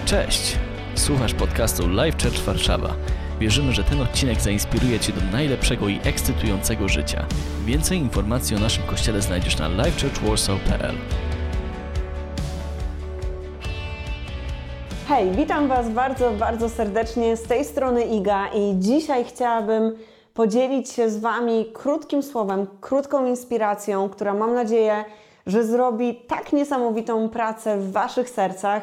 Cześć! Słuchasz podcastu Life Church Warszawa. Wierzymy, że ten odcinek zainspiruje Cię do najlepszego i ekscytującego życia. Więcej informacji o naszym kościele znajdziesz na lifechurchwarsaw.pl. Hej, witam Was bardzo serdecznie. Z tej strony Iga i dzisiaj chciałabym podzielić się z Wami krótkim słowem, krótką inspiracją, która mam nadzieję, że zrobi tak niesamowitą pracę w Waszych sercach,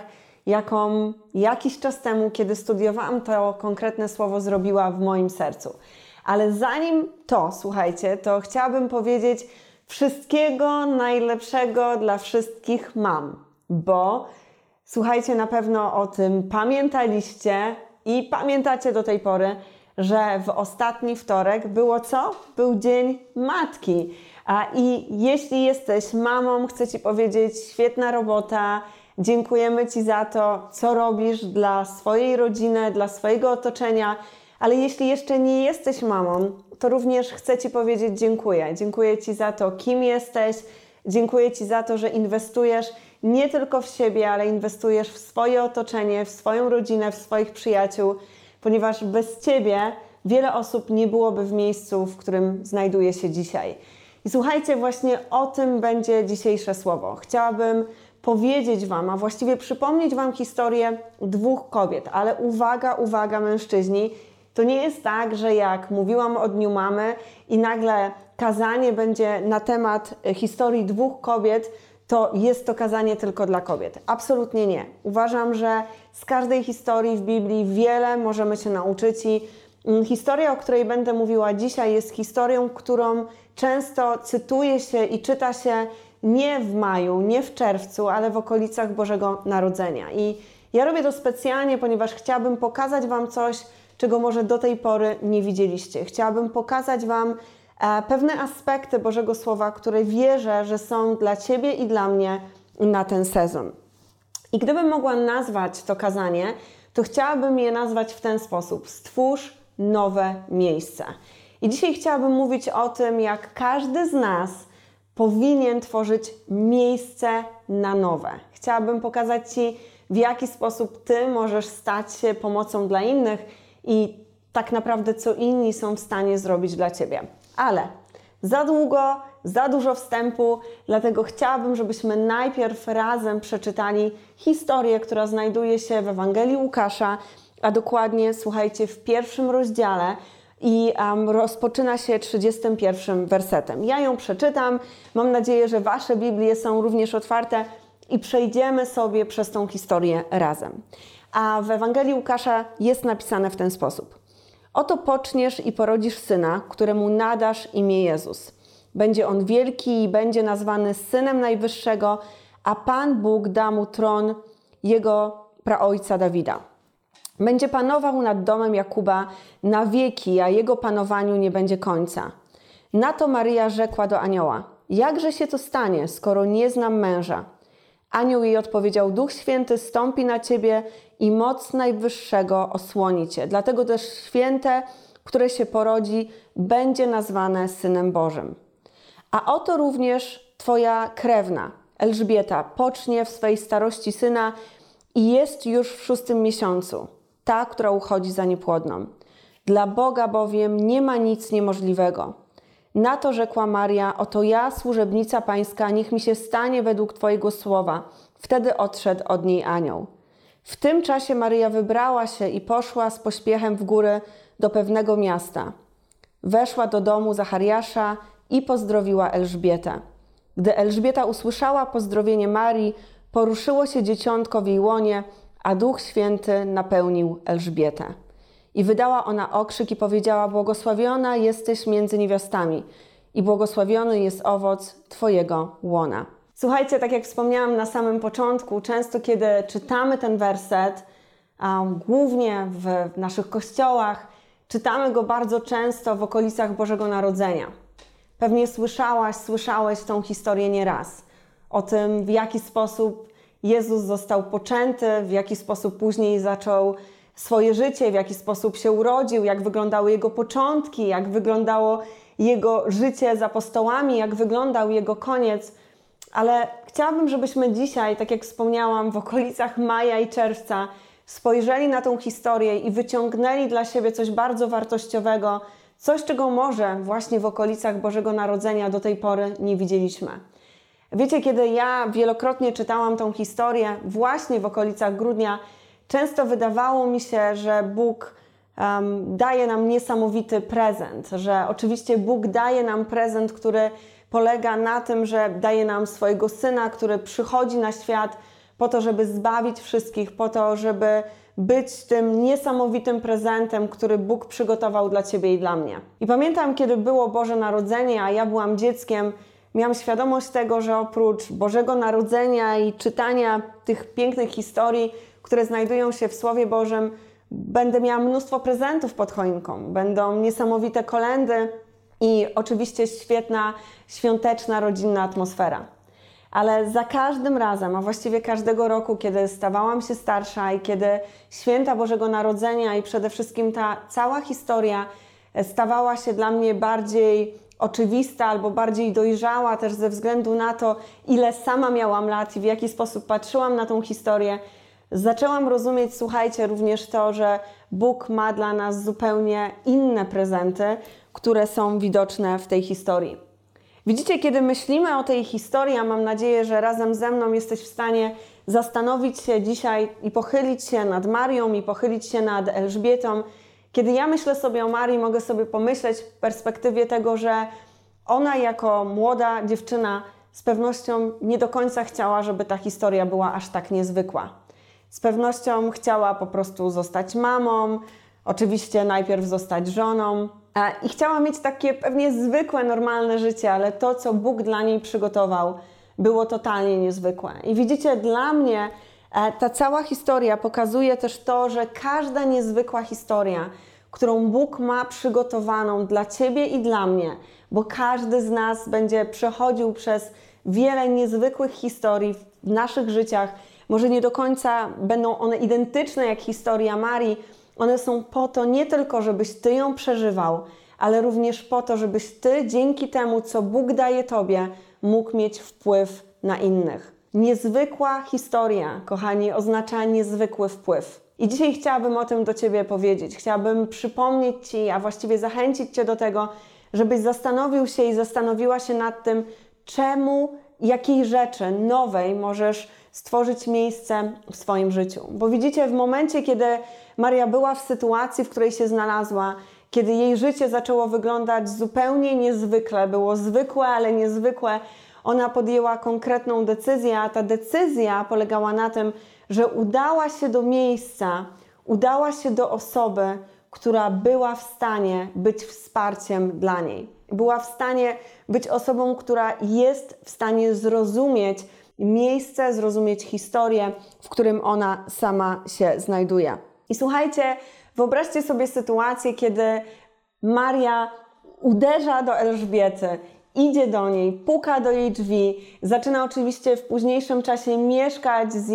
jaką jakiś czas temu, kiedy studiowałam, to konkretne słowo zrobiła w moim sercu. Ale zanim to, słuchajcie, to chciałabym powiedzieć wszystkiego najlepszego dla wszystkich mam, bo słuchajcie, na pewno o tym pamiętaliście i pamiętacie do tej pory, że w ostatni wtorek było co? Był Dzień Matki. I jeśli jesteś mamą, chcę Ci powiedzieć, świetna robota. Dziękujemy Ci za to, co robisz dla swojej rodziny, dla swojego otoczenia. Ale jeśli jeszcze nie jesteś mamą, to również chcę Ci powiedzieć dziękuję. Dziękuję Ci za to, kim jesteś. Dziękuję Ci za to, że inwestujesz nie tylko w siebie, ale inwestujesz w swoje otoczenie, w swoją rodzinę, w swoich przyjaciół, ponieważ bez Ciebie wiele osób nie byłoby w miejscu, w którym znajduje się dzisiaj. I słuchajcie, właśnie o tym będzie dzisiejsze słowo. Chciałabym powiedzieć Wam, a właściwie przypomnieć Wam historię dwóch kobiet, ale uwaga mężczyźni, to nie jest tak, że jak mówiłam o Dniu Mamy i nagle kazanie będzie na temat historii dwóch kobiet, to jest to kazanie tylko dla kobiet. Absolutnie nie. Uważam, że z każdej historii w Biblii wiele możemy się nauczyć i historia, o której będę mówiła dzisiaj, jest historią, którą często cytuje się i czyta się nie w maju, nie w czerwcu, ale w okolicach Bożego Narodzenia. I ja robię to specjalnie, ponieważ chciałabym pokazać Wam coś, czego może do tej pory nie widzieliście. Chciałabym pokazać Wam pewne aspekty Bożego Słowa, które wierzę, że są dla Ciebie i dla mnie na ten sezon. I gdybym mogła nazwać to kazanie, to chciałabym je nazwać w ten sposób: stwórz nowe miejsce. I dzisiaj chciałabym mówić o tym, jak każdy z nas powinien tworzyć miejsce na nowe. Chciałabym pokazać Ci, w jaki sposób Ty możesz stać się pomocą dla innych i tak naprawdę co inni są w stanie zrobić dla Ciebie. Ale za długo, za dużo wstępu, dlatego chciałabym, żebyśmy najpierw razem przeczytali historię, która znajduje się w Ewangelii Łukasza, a dokładnie, słuchajcie, w 1 rozdziale i rozpoczyna się 31 wersetem. Ja ją przeczytam, mam nadzieję, że Wasze Biblie są również otwarte i przejdziemy sobie przez tą historię razem. A w Ewangelii Łukasza jest napisane w ten sposób: oto poczniesz i porodzisz syna, któremu nadasz imię Jezus. Będzie on wielki i będzie nazwany Synem Najwyższego, a Pan Bóg da mu tron jego praojca Dawida. Będzie panował nad domem Jakuba na wieki, a jego panowaniu nie będzie końca. Na to Maryja rzekła do anioła: jakże się to stanie, skoro nie znam męża? Anioł jej odpowiedział: Duch Święty stąpi na ciebie i moc Najwyższego osłoni cię. Dlatego też święte, które się porodzi, będzie nazwane Synem Bożym. A oto również twoja krewna, Elżbieta, pocznie w swej starości syna i jest już w 6. miesiącu, ta, która uchodzi za niepłodną. Dla Boga bowiem nie ma nic niemożliwego. Na to rzekła Maria: oto ja, służebnica pańska, niech mi się stanie według Twojego słowa. Wtedy odszedł od niej anioł. W tym czasie Maryja wybrała się i poszła z pośpiechem w góry do pewnego miasta. Weszła do domu Zachariasza i pozdrowiła Elżbietę. Gdy Elżbieta usłyszała pozdrowienie Marii, poruszyło się dzieciątko w jej łonie, a Duch Święty napełnił Elżbietę. I wydała ona okrzyk i powiedziała: błogosławiona jesteś między niewiastami i błogosławiony jest owoc Twojego łona. Słuchajcie, tak jak wspomniałam na samym początku, często kiedy czytamy ten werset, głównie w naszych kościołach, czytamy go bardzo często w okolicach Bożego Narodzenia. Pewnie słyszałeś tą historię nieraz. O tym, w jaki sposób Jezus został poczęty, w jaki sposób później zaczął swoje życie, w jaki sposób się urodził, jak wyglądały jego początki, jak wyglądało jego życie z apostołami, jak wyglądał jego koniec. Ale chciałabym, żebyśmy dzisiaj, tak jak wspomniałam, w okolicach maja i czerwca spojrzeli na tą historię i wyciągnęli dla siebie coś bardzo wartościowego, coś, czego może właśnie w okolicach Bożego Narodzenia do tej pory nie widzieliśmy. Wiecie, kiedy ja wielokrotnie czytałam tą historię właśnie w okolicach grudnia, często wydawało mi się, że Bóg daje nam niesamowity prezent, że oczywiście Bóg daje nam prezent, który polega na tym, że daje nam swojego Syna, który przychodzi na świat po to, żeby zbawić wszystkich, po to, żeby być tym niesamowitym prezentem, który Bóg przygotował dla Ciebie i dla mnie. I pamiętam, kiedy było Boże Narodzenie, a ja byłam dzieckiem, miałam świadomość tego, że oprócz Bożego Narodzenia i czytania tych pięknych historii, które znajdują się w Słowie Bożym, będę miała mnóstwo prezentów pod choinką. Będą niesamowite kolędy i oczywiście świetna, świąteczna, rodzinna atmosfera. Ale za każdym razem, a właściwie każdego roku, kiedy stawałam się starsza i kiedy święta Bożego Narodzenia i przede wszystkim ta cała historia stawała się dla mnie bardziej oczywista albo bardziej dojrzała też ze względu na to, ile sama miałam lat i w jaki sposób patrzyłam na tą historię, zaczęłam rozumieć, słuchajcie, również to, że Bóg ma dla nas zupełnie inne prezenty, które są widoczne w tej historii. Widzicie, kiedy myślimy o tej historii, a mam nadzieję, że razem ze mną jesteś w stanie zastanowić się dzisiaj i pochylić się nad Marią i pochylić się nad Elżbietą. Kiedy ja myślę sobie o Marii, mogę sobie pomyśleć w perspektywie tego, że ona jako młoda dziewczyna z pewnością nie do końca chciała, żeby ta historia była aż tak niezwykła. Z pewnością chciała po prostu zostać mamą, oczywiście najpierw zostać żoną i chciała mieć takie pewnie zwykłe, normalne życie, ale to, co Bóg dla niej przygotował, było totalnie niezwykłe. I widzicie, dla mnie ta cała historia pokazuje też to, że każda niezwykła historia, którą Bóg ma przygotowaną dla Ciebie i dla mnie, bo każdy z nas będzie przechodził przez wiele niezwykłych historii w naszych życiach. Może nie do końca będą one identyczne jak historia Marii. One są po to nie tylko, żebyś Ty ją przeżywał, ale również po to, żebyś Ty dzięki temu, co Bóg daje Tobie, mógł mieć wpływ na innych. Niezwykła historia, kochani, oznacza niezwykły wpływ. I dzisiaj chciałabym o tym do Ciebie powiedzieć. Chciałabym przypomnieć Ci, a właściwie zachęcić Cię do tego, żebyś zastanowił się i zastanowiła się nad tym, czemu, jakiej rzeczy nowej możesz stworzyć miejsce w swoim życiu. Bo widzicie, w momencie, kiedy Maria była w sytuacji, w której się znalazła, kiedy jej życie zaczęło wyglądać zupełnie niezwykle, było zwykłe, ale niezwykłe, ona podjęła konkretną decyzję, a ta decyzja polegała na tym, że udała się do miejsca, udała się do osoby, która była w stanie być wsparciem dla niej. Była w stanie być osobą, która jest w stanie zrozumieć miejsce, zrozumieć historię, w którym ona sama się znajduje. I słuchajcie, wyobraźcie sobie sytuację, kiedy Maria uderza do Elżbiety, idzie do niej, puka do jej drzwi, zaczyna oczywiście w późniejszym czasie mieszkać z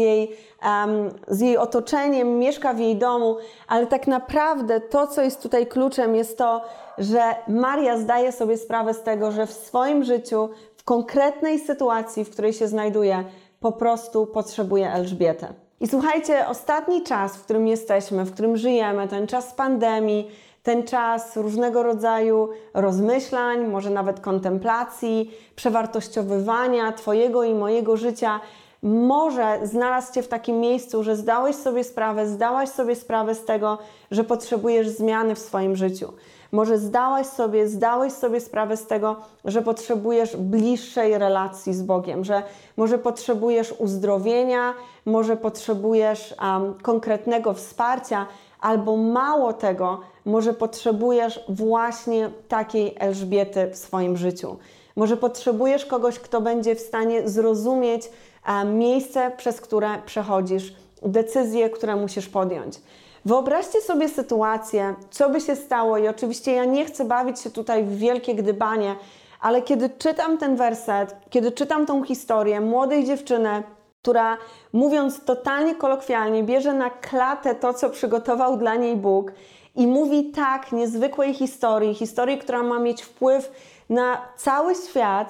jej otoczeniem, mieszka w jej domu, ale tak naprawdę to, co jest tutaj kluczem, jest to, że Maria zdaje sobie sprawę z tego, że w swoim życiu, w konkretnej sytuacji, w której się znajduje, po prostu potrzebuje Elżbietę. I słuchajcie, ostatni czas, w którym jesteśmy, w którym żyjemy, ten czas pandemii, ten czas różnego rodzaju rozmyślań, może nawet kontemplacji, przewartościowywania Twojego i mojego życia, może znalazł Cię w takim miejscu, że zdałaś sobie sprawę z tego, że potrzebujesz zmiany w swoim życiu. Może zdałeś sobie sprawę z tego, że potrzebujesz bliższej relacji z Bogiem, że może potrzebujesz uzdrowienia, może potrzebujesz konkretnego wsparcia, albo mało tego, może potrzebujesz właśnie takiej Elżbiety w swoim życiu. Może potrzebujesz kogoś, kto będzie w stanie zrozumieć miejsce, przez które przechodzisz, decyzje, które musisz podjąć. Wyobraźcie sobie sytuację, co by się stało i oczywiście ja nie chcę bawić się tutaj w wielkie gdybanie, ale kiedy czytam ten werset, kiedy czytam tą historię młodej dziewczyny, która, mówiąc totalnie kolokwialnie, bierze na klatę to, co przygotował dla niej Bóg i mówi tak niezwykłej historii, która ma mieć wpływ na cały świat,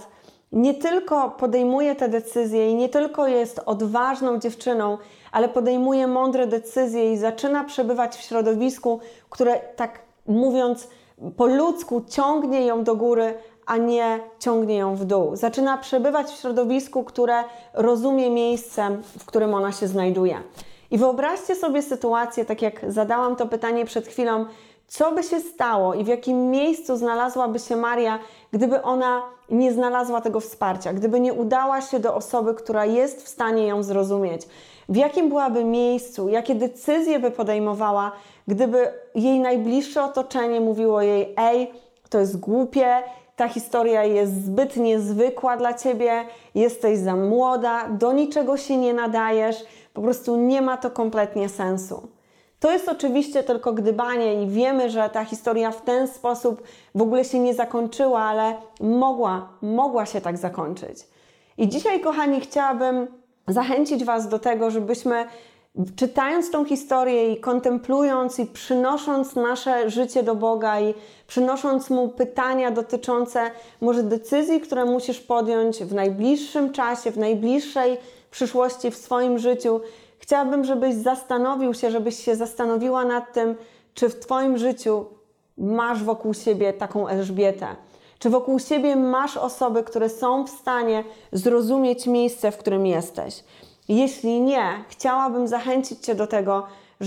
nie tylko podejmuje te decyzje i nie tylko jest odważną dziewczyną, ale podejmuje mądre decyzje i zaczyna przebywać w środowisku, które, tak mówiąc po ludzku, ciągnie ją do góry, a nie ciągnie ją w dół. Zaczyna przebywać w środowisku, które rozumie miejsce, w którym ona się znajduje. I wyobraźcie sobie sytuację, tak jak zadałam to pytanie przed chwilą, co by się stało i w jakim miejscu znalazłaby się Maria, gdyby ona nie znalazła tego wsparcia, gdyby nie udała się do osoby, która jest w stanie ją zrozumieć. W jakim byłaby miejscu, jakie decyzje by podejmowała, gdyby jej najbliższe otoczenie mówiło jej: ej, to jest głupie, ta historia jest zbyt niezwykła dla Ciebie, jesteś za młoda, do niczego się nie nadajesz, po prostu nie ma to kompletnie sensu. To jest oczywiście tylko gdybanie i wiemy, że ta historia w ten sposób w ogóle się nie zakończyła, ale mogła się tak zakończyć. I dzisiaj, kochani, chciałabym zachęcić Was do tego, żebyśmy czytając tą historię i kontemplując i przynosząc nasze życie do Boga i przynosząc Mu pytania dotyczące może decyzji, które musisz podjąć w najbliższym czasie, w najbliższej przyszłości w swoim życiu, chciałabym, żebyś się zastanowiła nad tym, czy w Twoim życiu masz wokół siebie taką Elżbietę. Czy wokół siebie masz osoby, które są w stanie zrozumieć miejsce, w którym jesteś. Jeśli nie, chciałabym zachęcić Cię do tego,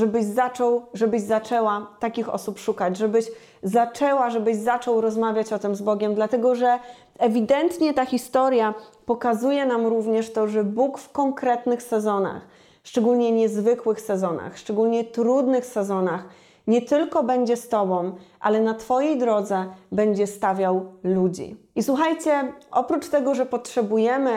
żebyś zaczęła takich osób szukać, żebyś zaczął rozmawiać o tym z Bogiem, dlatego że ewidentnie ta historia pokazuje nam również to, że Bóg w konkretnych sezonach, szczególnie niezwykłych sezonach, szczególnie trudnych sezonach, nie tylko będzie z Tobą, ale na Twojej drodze będzie stawiał ludzi. I słuchajcie, oprócz tego, że potrzebujemy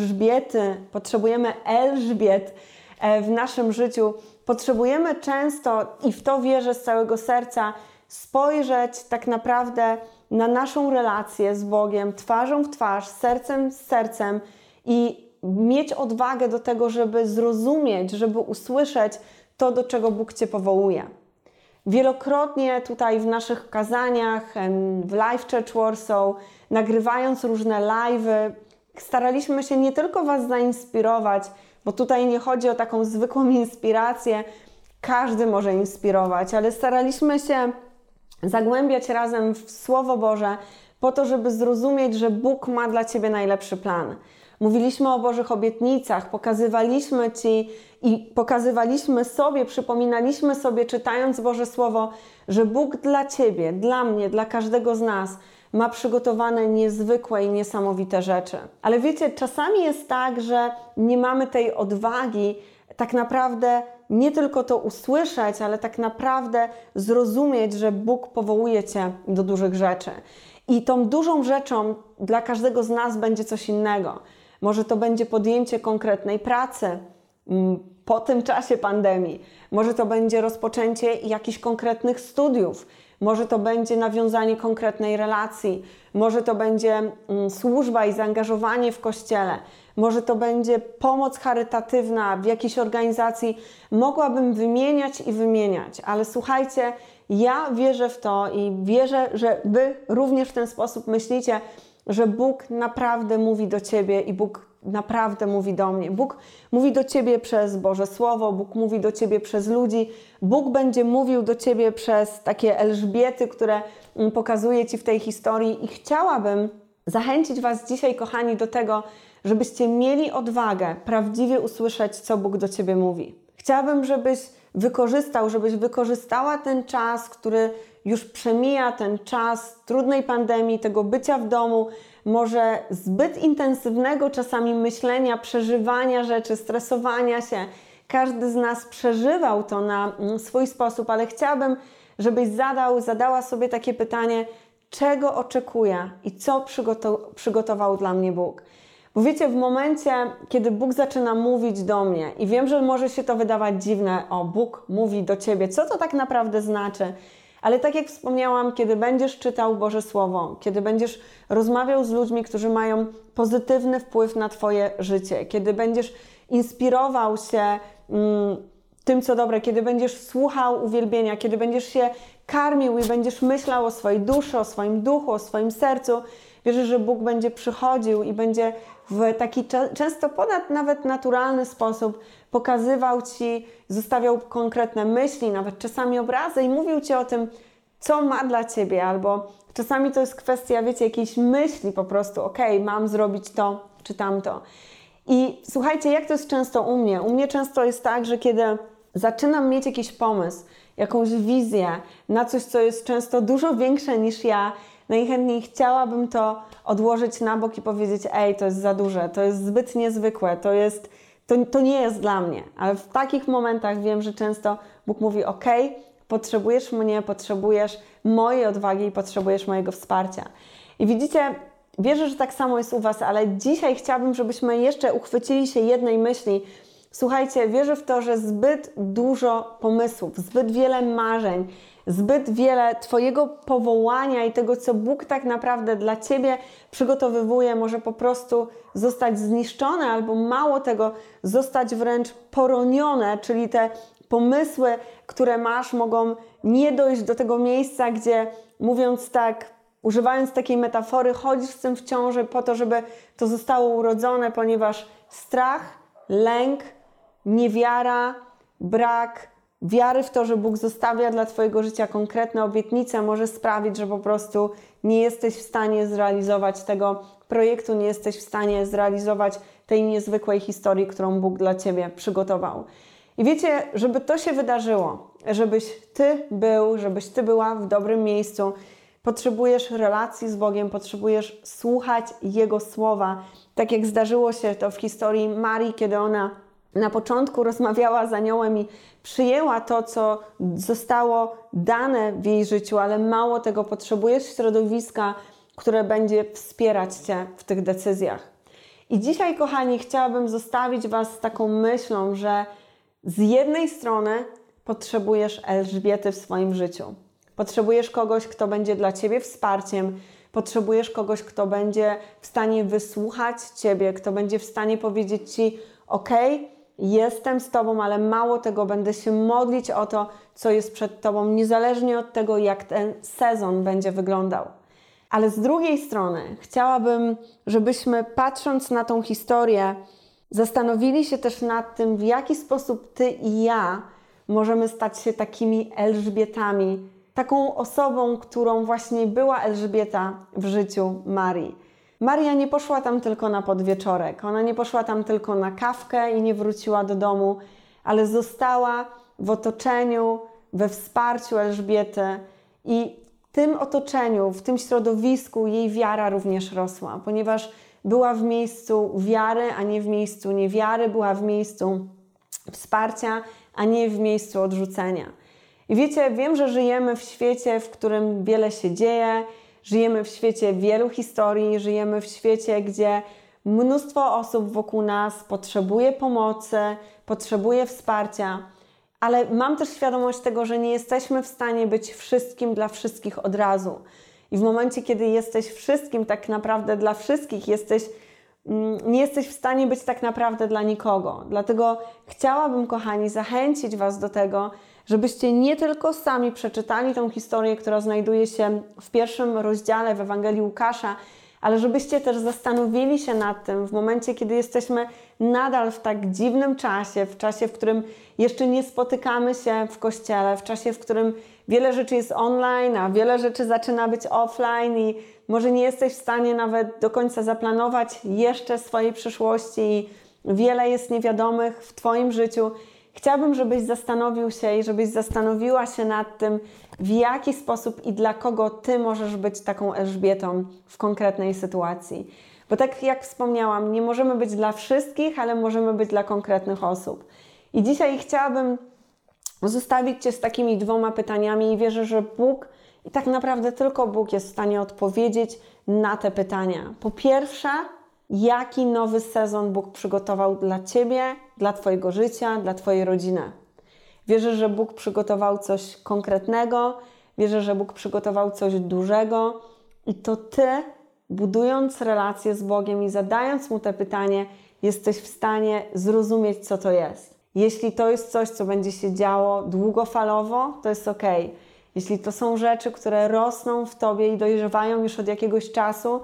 Elżbiet w naszym życiu, potrzebujemy często, i w to wierzę z całego serca, spojrzeć tak naprawdę na naszą relację z Bogiem twarzą w twarz, sercem z sercem i mieć odwagę do tego, żeby zrozumieć, żeby usłyszeć to, do czego Bóg Cię powołuje. Wielokrotnie tutaj w naszych kazaniach, w Life Church Warsaw, nagrywając różne live'y, staraliśmy się nie tylko Was zainspirować, bo tutaj nie chodzi o taką zwykłą inspirację, każdy może inspirować, ale staraliśmy się zagłębiać razem w Słowo Boże po to, żeby zrozumieć, że Bóg ma dla Ciebie najlepszy plan. Mówiliśmy o Bożych obietnicach, pokazywaliśmy Ci i pokazywaliśmy sobie, przypominaliśmy sobie, czytając Boże Słowo, że Bóg dla Ciebie, dla mnie, dla każdego z nas ma przygotowane niezwykłe i niesamowite rzeczy. Ale wiecie, czasami jest tak, że nie mamy tej odwagi tak naprawdę nie tylko to usłyszeć, ale tak naprawdę zrozumieć, że Bóg powołuje Cię do dużych rzeczy. I tą dużą rzeczą dla każdego z nas będzie coś innego. Może to będzie podjęcie konkretnej pracy po tym czasie pandemii. Może to będzie rozpoczęcie jakichś konkretnych studiów. Może to będzie nawiązanie konkretnej relacji. Może to będzie służba i zaangażowanie w Kościele. Może to będzie pomoc charytatywna w jakiejś organizacji. Mogłabym wymieniać, ale słuchajcie, ja wierzę w to i wierzę, że Wy również w ten sposób myślicie, że Bóg naprawdę mówi do Ciebie i Bóg naprawdę mówi do mnie. Bóg mówi do Ciebie przez Boże Słowo, Bóg mówi do Ciebie przez ludzi, Bóg będzie mówił do Ciebie przez takie Elżbiety, które pokazuje Ci w tej historii i chciałabym zachęcić Was dzisiaj, kochani, do tego, żebyście mieli odwagę prawdziwie usłyszeć, co Bóg do Ciebie mówi. Chciałabym, żebyś wykorzystała ten czas, który już przemija, ten czas trudnej pandemii, tego bycia w domu, może zbyt intensywnego czasami myślenia, przeżywania rzeczy, stresowania się. Każdy z nas przeżywał to na swój sposób, ale chciałabym, żebyś zadała sobie takie pytanie, czego oczekuję i co przygotował dla mnie Bóg. Bo wiecie, w momencie, kiedy Bóg zaczyna mówić do mnie i wiem, że może się to wydawać dziwne, Bóg mówi do Ciebie, co to tak naprawdę znaczy? Ale tak jak wspomniałam, kiedy będziesz czytał Boże Słowo, kiedy będziesz rozmawiał z ludźmi, którzy mają pozytywny wpływ na Twoje życie, kiedy będziesz inspirował się tym, co dobre, kiedy będziesz słuchał uwielbienia, kiedy będziesz się karmił i będziesz myślał o swojej duszy, o swoim duchu, o swoim sercu, Wierzę, że Bóg będzie przychodził i będzie w taki często ponad nawet naturalny sposób pokazywał Ci, zostawiał konkretne myśli, nawet czasami obrazy i mówił Ci o tym, co ma dla Ciebie, albo czasami to jest kwestia, wiecie, jakiejś myśli po prostu, mam zrobić to czy tamto. I słuchajcie, jak to jest często u mnie? U mnie często jest tak, że kiedy zaczynam mieć jakiś pomysł, jakąś wizję na coś, co jest często dużo większe niż ja, najchętniej chciałabym to odłożyć na bok i powiedzieć, to jest za duże, to jest zbyt niezwykłe, to nie jest dla mnie. Ale w takich momentach wiem, że często Bóg mówi, potrzebujesz mnie, potrzebujesz mojej odwagi i potrzebujesz mojego wsparcia. I widzicie, wierzę, że tak samo jest u Was, ale dzisiaj chciałabym, żebyśmy jeszcze uchwycili się jednej myśli. Słuchajcie, wierzę w to, że zbyt dużo pomysłów, zbyt wiele marzeń, zbyt wiele Twojego powołania i tego, co Bóg tak naprawdę dla Ciebie przygotowywuje, może po prostu zostać zniszczone albo mało tego, zostać wręcz poronione, czyli te pomysły, które masz, mogą nie dojść do tego miejsca, gdzie mówiąc tak, używając takiej metafory, chodzisz z tym w ciąży po to, żeby to zostało urodzone, ponieważ strach, lęk, niewiara, brak wiary w to, że Bóg zostawia dla Twojego życia konkretne obietnice, może sprawić, że po prostu nie jesteś w stanie zrealizować tego projektu, nie jesteś w stanie zrealizować tej niezwykłej historii, którą Bóg dla Ciebie przygotował. I wiecie, żeby to się wydarzyło, żebyś Ty był, żebyś Ty była w dobrym miejscu, potrzebujesz relacji z Bogiem, potrzebujesz słuchać Jego słowa. Tak jak zdarzyło się to w historii Marii, kiedy ona na początku rozmawiała z aniołem i przyjęła to, co zostało dane w jej życiu, ale mało tego, potrzebujesz środowiska, które będzie wspierać Cię w tych decyzjach. I dzisiaj, kochani, chciałabym zostawić Was z taką myślą, że z jednej strony potrzebujesz Elżbiety w swoim życiu. Potrzebujesz kogoś, kto będzie dla Ciebie wsparciem. Potrzebujesz kogoś, kto będzie w stanie wysłuchać Ciebie, kto będzie w stanie powiedzieć Ci, jestem z Tobą, ale mało tego, będę się modlić o to, co jest przed Tobą, niezależnie od tego, jak ten sezon będzie wyglądał. Ale z drugiej strony chciałabym, żebyśmy patrząc na tą historię, zastanowili się też nad tym, w jaki sposób Ty i ja możemy stać się takimi Elżbietami, taką osobą, którą właśnie była Elżbieta w życiu Marii. Maria nie poszła tam tylko na podwieczorek, ona nie poszła tam tylko na kawkę i nie wróciła do domu, ale została w otoczeniu, we wsparciu Elżbiety i w tym otoczeniu, w tym środowisku jej wiara również rosła, ponieważ była w miejscu wiary, a nie w miejscu niewiary, była w miejscu wsparcia, a nie w miejscu odrzucenia. I wiecie, wiem, że żyjemy w świecie, w którym wiele się dzieje, żyjemy w świecie wielu historii, żyjemy w świecie, gdzie mnóstwo osób wokół nas potrzebuje pomocy, potrzebuje wsparcia, ale mam też świadomość tego, że nie jesteśmy w stanie być wszystkim dla wszystkich od razu. I w momencie, kiedy jesteś wszystkim tak naprawdę dla wszystkich, nie jesteś w stanie być tak naprawdę dla nikogo. Dlatego chciałabym, kochani, zachęcić Was do tego, żebyście nie tylko sami przeczytali tą historię, która znajduje się w pierwszym rozdziale w Ewangelii Łukasza, ale żebyście też zastanowili się nad tym w momencie, kiedy jesteśmy nadal w tak dziwnym czasie, w czasie, w którym jeszcze nie spotykamy się w kościele, w czasie, w którym wiele rzeczy jest online, a wiele rzeczy zaczyna być offline i może nie jesteś w stanie nawet do końca zaplanować jeszcze swojej przyszłości i wiele jest niewiadomych w Twoim życiu. Chciałabym, żebyś zastanowił się i żebyś zastanowiła się nad tym, w jaki sposób i dla kogo Ty możesz być taką Elżbietą w konkretnej sytuacji. Bo tak jak wspomniałam, nie możemy być dla wszystkich, ale możemy być dla konkretnych osób. I dzisiaj chciałabym zostawić Cię z takimi 2 pytaniami i wierzę, że Bóg i tak naprawdę tylko Bóg jest w stanie odpowiedzieć na te pytania. Po pierwsze, jaki nowy sezon Bóg przygotował dla Ciebie, dla Twojego życia, dla Twojej rodziny. Wierzę, że Bóg przygotował coś konkretnego, wierzę, że Bóg przygotował coś dużego i to Ty, budując relację z Bogiem i zadając Mu te pytanie, jesteś w stanie zrozumieć, co to jest. Jeśli to jest coś, co będzie się działo długofalowo, to jest ok. Jeśli to są rzeczy, które rosną w Tobie i dojrzewają już od jakiegoś czasu,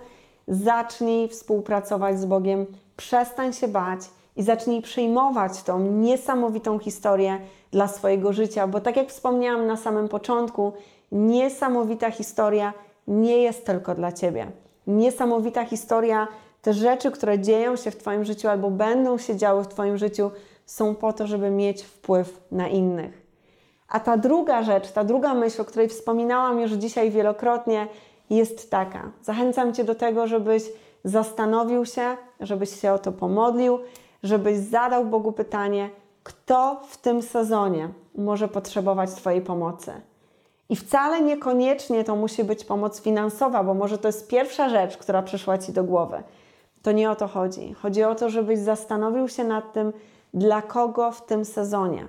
zacznij współpracować z Bogiem, przestań się bać i zacznij przyjmować tą niesamowitą historię dla swojego życia, bo tak jak wspomniałam na samym początku, niesamowita historia nie jest tylko dla Ciebie. Niesamowita historia, te rzeczy, które dzieją się w Twoim życiu albo będą się działy w Twoim życiu, są po to, żeby mieć wpływ na innych. A ta druga rzecz, ta druga myśl, o której wspominałam już dzisiaj wielokrotnie, jest taka. Zachęcam Cię do tego, żebyś zastanowił się, żebyś się o to pomodlił, żebyś zadał Bogu pytanie, kto w tym sezonie może potrzebować Twojej pomocy. I wcale niekoniecznie to musi być pomoc finansowa, bo może to jest pierwsza rzecz, która przyszła Ci do głowy. To nie o to chodzi. Chodzi o to, żebyś zastanowił się nad tym, dla kogo w tym sezonie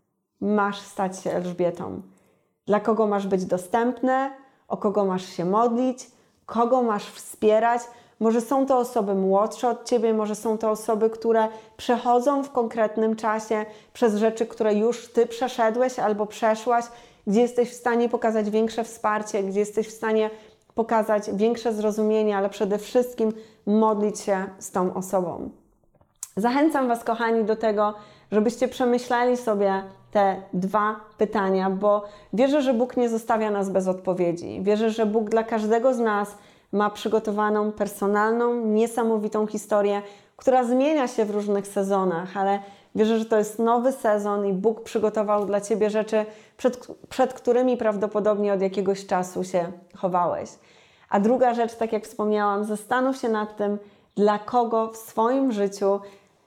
masz stać się Elżbietą. Dla kogo masz być dostępny, o kogo masz się modlić, kogo masz wspierać. Może są to osoby młodsze od Ciebie, może są to osoby, które przechodzą w konkretnym czasie przez rzeczy, które już Ty przeszedłeś albo przeszłaś, gdzie jesteś w stanie pokazać większe wsparcie, gdzie jesteś w stanie pokazać większe zrozumienie, ale przede wszystkim modlić się z tą osobą. Zachęcam Was, kochani, do tego, żebyście przemyśleli sobie te dwa pytania, bo wierzę, że Bóg nie zostawia nas bez odpowiedzi. Wierzę, że Bóg dla każdego z nas ma przygotowaną, personalną, niesamowitą historię, która zmienia się w różnych sezonach, ale wierzę, że to jest nowy sezon i Bóg przygotował dla Ciebie rzeczy, przed którymi prawdopodobnie od jakiegoś czasu się chowałeś. A druga rzecz, tak jak wspomniałam, zastanów się nad tym, dla kogo w swoim życiu,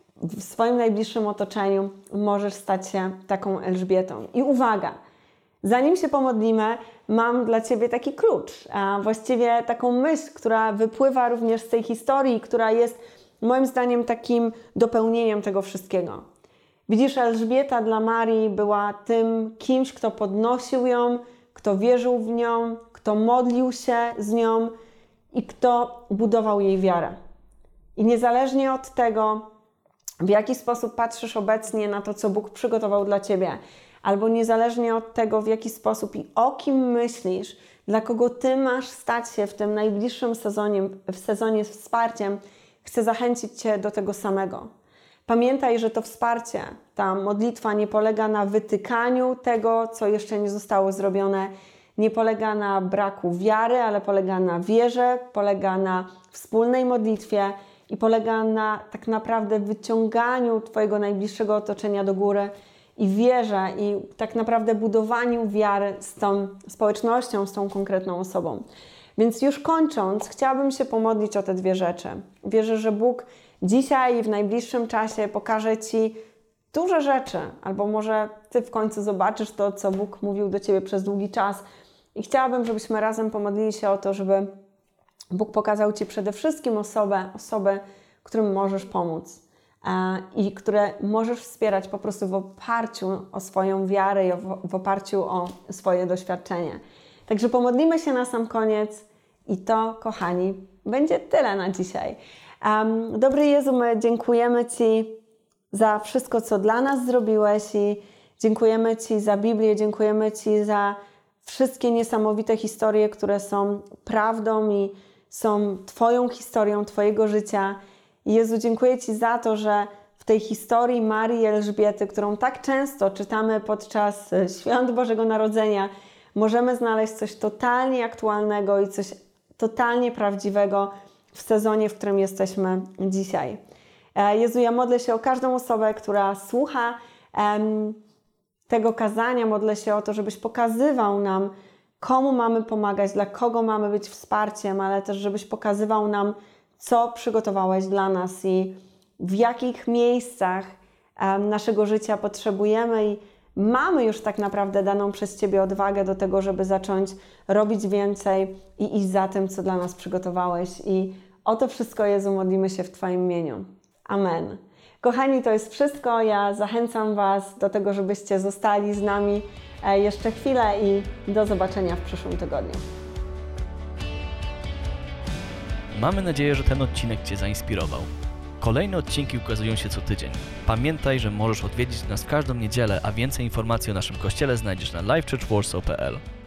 w swoim najbliższym otoczeniu możesz stać się taką Elżbietą. I uwaga, zanim się pomodlimy, mam dla Ciebie taki klucz, a właściwie taką myśl, która wypływa również z tej historii, która jest moim zdaniem takim dopełnieniem tego wszystkiego. Widzisz, Elżbieta dla Marii była tym kimś, kto podnosił ją, kto wierzył w nią, kto modlił się z nią i kto budował jej wiarę. I niezależnie od tego, w jaki sposób patrzysz obecnie na to, co Bóg przygotował dla Ciebie, albo niezależnie od tego, w jaki sposób i o kim myślisz, dla kogo Ty masz stać się w tym najbliższym sezonie z wsparciem, chcę zachęcić Cię do tego samego. Pamiętaj, że to wsparcie, ta modlitwa nie polega na wytykaniu tego, co jeszcze nie zostało zrobione, nie polega na braku wiary, ale polega na wierze, polega na wspólnej modlitwie i polega na tak naprawdę wyciąganiu Twojego najbliższego otoczenia do góry i wierze i tak naprawdę budowaniu wiary z tą społecznością, z tą konkretną osobą. Więc już kończąc, chciałabym się pomodlić o te dwie rzeczy. Wierzę, że Bóg dzisiaj i w najbliższym czasie pokaże Ci duże rzeczy, albo może Ty w końcu zobaczysz to, co Bóg mówił do Ciebie przez długi czas. I chciałabym, żebyśmy razem pomodlili się o to, żeby Bóg pokazał Ci przede wszystkim osoby, którym możesz pomóc i które możesz wspierać po prostu w oparciu o swoją wiarę i w oparciu o swoje doświadczenie. Także pomodlimy się na sam koniec i to, kochani, będzie tyle na dzisiaj. Dobry Jezu, my dziękujemy Ci za wszystko, co dla nas zrobiłeś i dziękujemy Ci za Biblię, dziękujemy Ci za wszystkie niesamowite historie, które są prawdą i są Twoją historią, Twojego życia. Jezu, dziękuję Ci za to, że w tej historii Marii i Elżbiety, którą tak często czytamy podczas świąt Bożego Narodzenia, możemy znaleźć coś totalnie aktualnego i coś totalnie prawdziwego w sezonie, w którym jesteśmy dzisiaj. Jezu, ja modlę się o każdą osobę, która słucha tego kazania. Modlę się o to, żebyś pokazywał nam, komu mamy pomagać, dla kogo mamy być wsparciem, ale też żebyś pokazywał nam, co przygotowałeś dla nas i w jakich miejscach naszego życia potrzebujemy i mamy już tak naprawdę daną przez Ciebie odwagę do tego, żeby zacząć robić więcej i iść za tym, co dla nas przygotowałeś. I o to wszystko, Jezu, modlimy się w Twoim imieniu. Amen. Kochani, to jest wszystko. Ja zachęcam Was do tego, żebyście zostali z nami jeszcze chwilę i do zobaczenia w przyszłym tygodniu. Mamy nadzieję, że ten odcinek Cię zainspirował. Kolejne odcinki ukazują się co tydzień. Pamiętaj, że możesz odwiedzić nas w każdą niedzielę, a więcej informacji o naszym kościele znajdziesz na livechurchwarsaw.pl.